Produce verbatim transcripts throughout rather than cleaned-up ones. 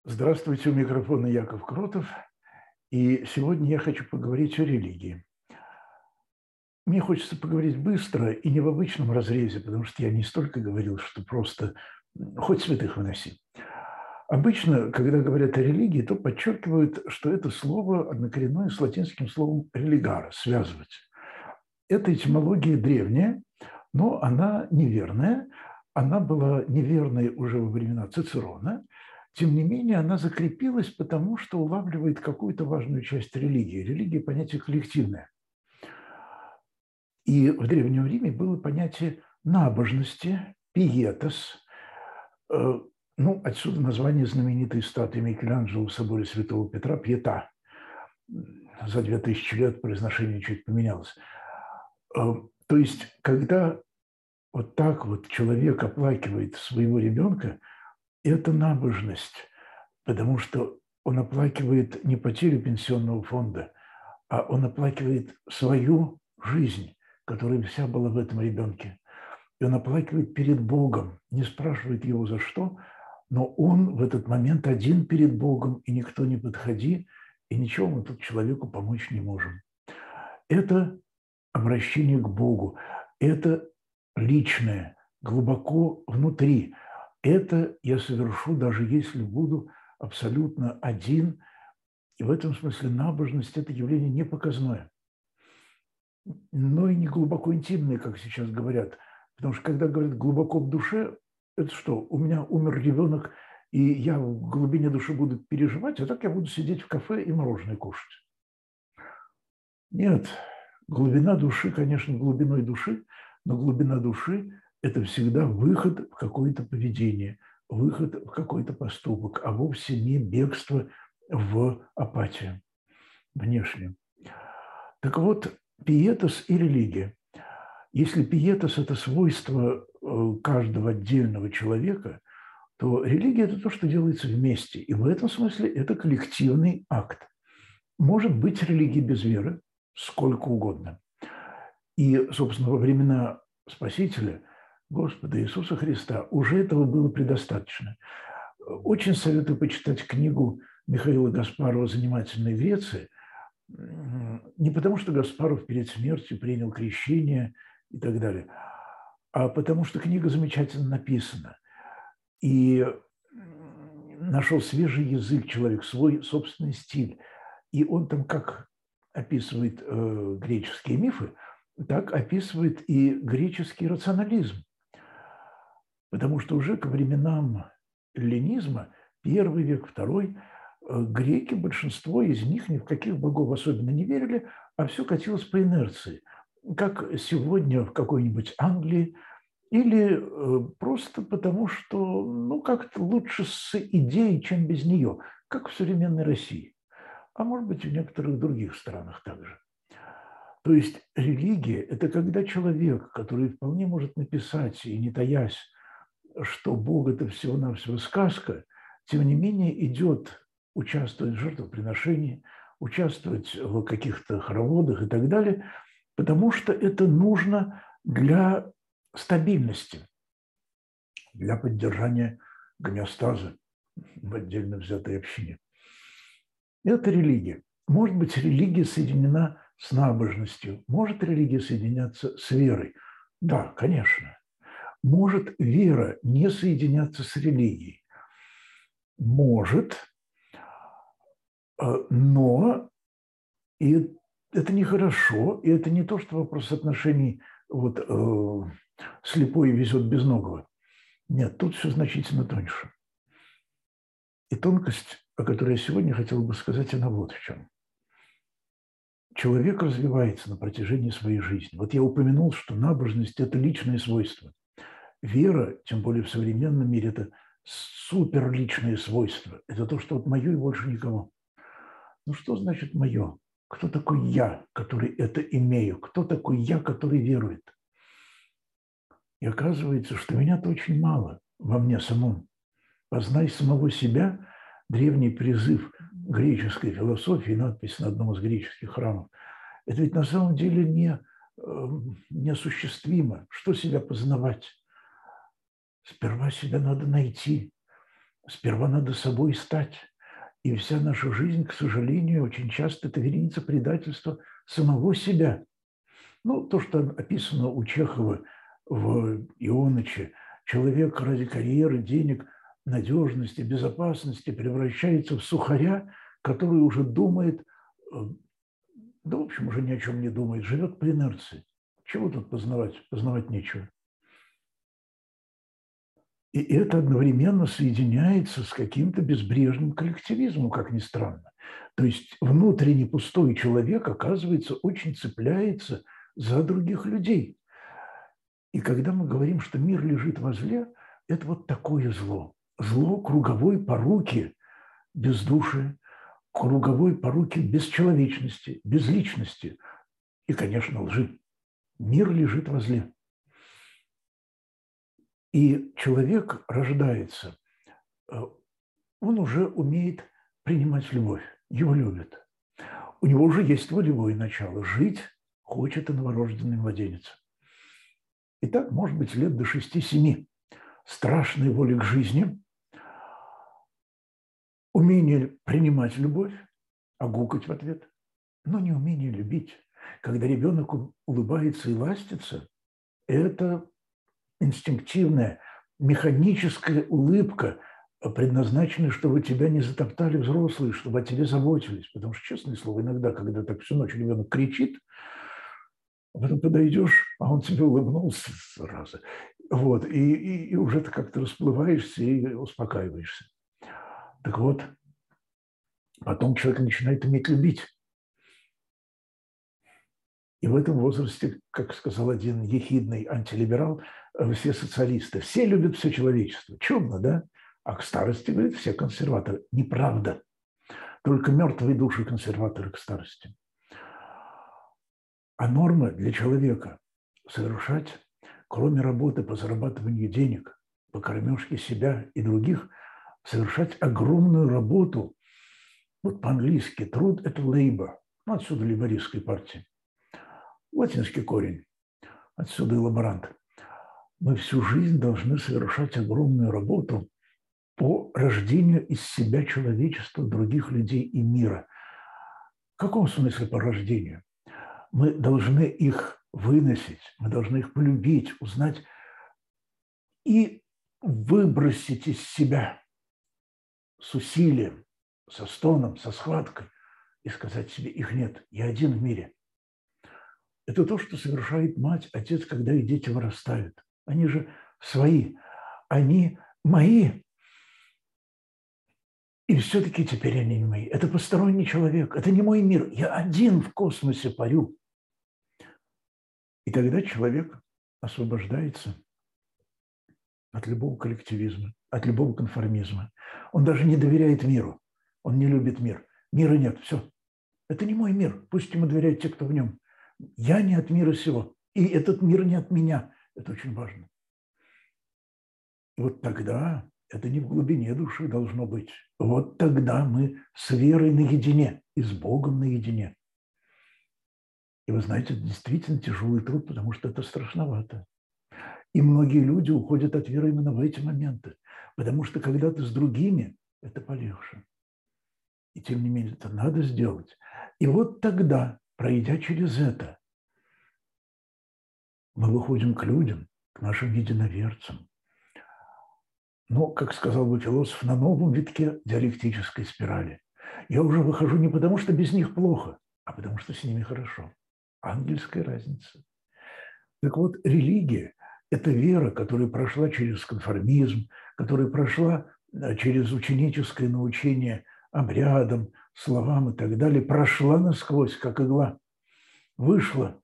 Здравствуйте, у микрофона Яков Кротов. И сегодня я хочу поговорить о религии. Мне хочется поговорить быстро и не в обычном разрезе, потому что я не столько говорил, что просто м, хоть святых выноси. Обычно, когда говорят о религии, то подчеркивают, что это слово однокоренное с латинским словом «религare» – «связывать». Эта этимология древняя, но она неверная. Она была неверной уже во времена Цицерона. Тем не менее, она закрепилась, потому что улавливает какую-то важную часть религии. Религия – понятие коллективное. И в Древнем Риме было понятие набожности, пиетас. Э, Ну, отсюда название знаменитой статуи Микеланджело в соборе Святого Петра «Пьета». За две тысячи лет произношение чуть поменялось. Э, То есть, когда вот так вот человек оплакивает своего ребенка, это набожность, потому что он оплакивает не потерю пенсионного фонда, а он оплакивает свою жизнь, которая вся была в этом ребенке. И он оплакивает перед Богом, не спрашивает его за что, но он в этот момент один перед Богом, и никто не подходи, и ничего мы тут человеку помочь не можем. Это обращение к Богу, это личное, глубоко внутри. Это я совершу, даже если буду абсолютно один. И в этом смысле набожность – это явление не показное, но и не глубоко интимное, как сейчас говорят. Потому что когда говорят глубоко в душе, это что? У меня умер ребенок, и я в глубине души буду переживать, а так я буду сидеть в кафе и мороженое кушать. Нет, глубина души, конечно, глубиной души, но глубина души – это всегда выход в какое-то поведение, выход в какой-то поступок, а вовсе не бегство в апатию внешнюю. Так вот, пиетас и религия. Если пиетас – это свойство э, каждого отдельного человека, то религия – это то, что делается вместе. И в этом смысле это коллективный акт. Может быть религия без веры, сколько угодно. И, собственно, во времена Спасителя, Господа Иисуса Христа, уже этого было предостаточно. Очень советую почитать книгу Михаила Гаспарова «Занимательная Греция», не потому что Гаспаров перед смертью принял крещение и так далее, а потому что книга замечательно написана. И нашел свежий язык человек, свой собственный стиль. И он там как описывает э, греческие мифы, так описывает и греческий рационализм. Потому что уже к временам эллинизма, первый век, второй, греки, большинство из них ни в каких богов особенно не верили, а все катилось по инерции. Как сегодня в какой-нибудь Англии, или просто потому, что ну, как-то лучше с идеей, чем без нее, как в современной России, а может быть, в некоторых других странах также. То есть религия – это когда человек, который вполне может написать, и не таясь, что Бог – это всего-навсего сказка, тем не менее идет участвовать в жертвоприношении, участвовать в каких-то хороводах и так далее, потому что это нужно для стабильности, для поддержания гомеостаза в отдельно взятой общине. Это религия. Может быть, религия соединена с набожностью, может религия соединяться с верой. Да, конечно. Может вера не соединяться с религией? Может, но и это нехорошо, и это не то, что вопрос отношений вот, э, слепой везет безногого. Нет, тут все значительно тоньше. И тонкость, о которой я сегодня хотел бы сказать, она вот в чем. Человек развивается на протяжении своей жизни. Вот я упомянул, что набожность – это личное свойство. Вера, тем более в современном мире, это суперличные свойства. Это то, что вот мое и больше никого. Ну что значит мое? Кто такой я, который это имею? Кто такой я, который верует? И оказывается, что меня-то очень мало во мне самом. Познай самого себя – древний призыв греческой философии, надпись на одном из греческих храмов. Это ведь на самом деле не, неосуществимо. Что себя познавать? Сперва себя надо найти. Сперва надо собой стать. И вся наша жизнь, к сожалению, очень часто это вереница предательства самого себя. Ну, то, что описано у Чехова в «Ионыче», человек ради карьеры, денег, надежности, безопасности превращается в сухаря, который уже думает, э, да, в общем, уже ни о чем не думает, живет по инерции. Чего тут познавать? Познавать нечего. И это одновременно соединяется с каким-то безбрежным коллективизмом, как ни странно. То есть внутренне пустой человек, оказывается, очень цепляется за других людей. И когда мы говорим, что мир лежит возле, это вот такое зло. Зло круговой поруки бездушия, круговой поруки бесчеловечности, безличности и, конечно, лжи. Мир лежит возле. И человек рождается, он уже умеет принимать любовь, его любят. У него уже есть волевое начало. Жить хочет и новорожденный младенец. И так, может быть, лет до шести-семи. Страшной воли к жизни, умение принимать любовь, а гукать в ответ, но не умение любить. Когда ребенок улыбается и ластится, это инстинктивная, механическая улыбка, предназначенная, чтобы тебя не затоптали взрослые, чтобы о тебе заботились. Потому что, честное слово, иногда, когда так всю ночь ребенок кричит, а потом подойдешь, а он тебе улыбнулся сразу. Вот, и, и, и уже ты как-то расплываешься и успокаиваешься. Так вот, потом человек начинает уметь любить. И в этом возрасте, как сказал один ехидный антилиберал, все социалисты, все любят все человечество. Чудно, да? А к старости, говорит, все консерваторы. Неправда. Только мертвые души консерваторы к старости. А норма для человека совершать, кроме работы по зарабатыванию денег, по кормежке себя и других, совершать огромную работу. Вот по-английски труд – это labor. Ну, отсюда лейбористской партии. Латинский корень. Отсюда и лаборант. Мы всю жизнь должны совершать огромную работу по рождению из себя человечества, других людей и мира. В каком смысле по рождению? Мы должны их выносить, мы должны их полюбить, узнать и выбросить из себя с усилием, со стоном, со схваткой и сказать себе: их нет, я один в мире. Это то, что совершает мать, отец, когда и дети вырастают. Они же свои, они мои. И все-таки теперь они не мои. Это посторонний человек, это не мой мир. Я один в космосе парю. И тогда человек освобождается от любого коллективизма, от любого конформизма. Он даже не доверяет миру. Он не любит мир. Мира нет, все. Это не мой мир. Пусть ему доверяют те, кто в нем. Я не от мира сего. И этот мир не от меня. Это очень важно. И вот тогда это не в глубине души должно быть. Вот тогда мы с верой наедине и с Богом наедине. И вы знаете, это действительно тяжелый труд, потому что это страшновато. И многие люди уходят от веры именно в эти моменты. Потому что когда ты с другими, это полегче. И тем не менее, это надо сделать. И вот тогда, пройдя через это, мы выходим к людям, к нашим единоверцам. Но, как сказал бы философ, на новом витке диалектической спирали. Я уже выхожу не потому, что без них плохо, а потому что с ними хорошо. Ангельская разница. Так вот, религия – это вера, которая прошла через конформизм, которая прошла через ученическое научение обрядам, словам и так далее, прошла насквозь, как игла, вышла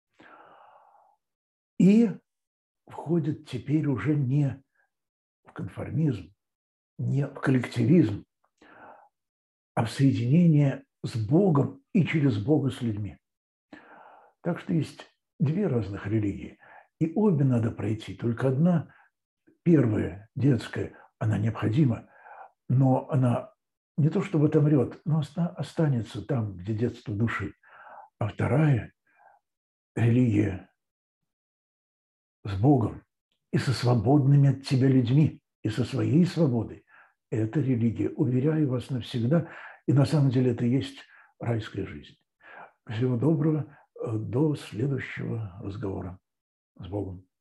и входит теперь уже не в конформизм, не в коллективизм, а в соединение с Богом и через Бога с людьми. Так что есть две разных религии, и обе надо пройти. Только одна, первая, детская, она необходима, но она не то чтобы отомрет, но она останется там, где детство души. А вторая религия с Богом и со свободными от тебя людьми, и со своей свободой, это религия. Уверяю вас навсегда. И на самом деле это и есть райская жизнь. Всего доброго. До следующего разговора. С Богом.